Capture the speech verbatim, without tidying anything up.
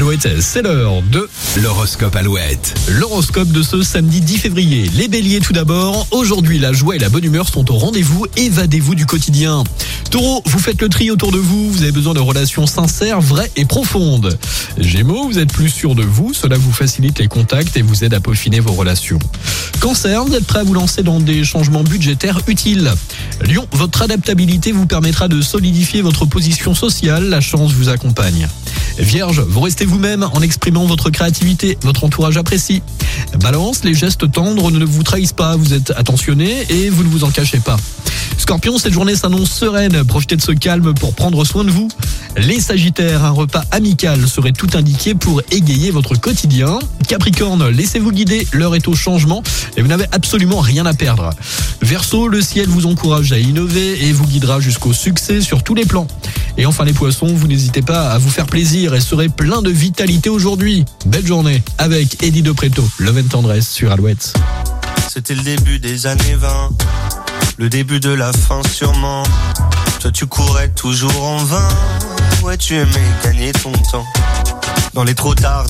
Alouette, c'est l'heure de l'horoscope Alouette. L'horoscope de ce samedi dix février. Les béliers tout d'abord. Aujourd'hui, la joie et la bonne humeur sont au rendez-vous. Évadez-vous du quotidien. Taureau, vous faites le tri autour de vous. Vous avez besoin de relations sincères, vraies et profondes. Gémeaux, vous êtes plus sûr de vous. Cela vous facilite les contacts et vous aide à peaufiner vos relations. Cancer, vous êtes prêt à vous lancer dans des changements budgétaires utiles. Lion, votre adaptabilité vous permettra de solidifier votre position sociale. La chance vous accompagne. Vierge, vous restez vous-même en exprimant votre créativité, votre entourage apprécie. Balance, les gestes tendres ne vous trahissent pas, vous êtes attentionné et vous ne vous en cachez pas. Scorpion, cette journée s'annonce sereine, profitez de ce calme pour prendre soin de vous. Les Sagittaires, un repas amical serait tout indiqué pour égayer votre quotidien. Capricorne, laissez-vous guider, l'heure est au changement et vous n'avez absolument rien à perdre. Verseau, le ciel vous encourage à innover et vous guidera jusqu'au succès sur tous les plans. Et enfin les Poissons, vous n'hésitez pas à vous faire plaisir et serez plein de vitalité aujourd'hui. Belle journée avec Eddie De Pretto, Love and Tendresse sur Alouette. C'était le début des années vingt, le début de la fin sûrement. Toi tu courais toujours en vain, ouais tu aimais gagner ton temps dans les trop tard.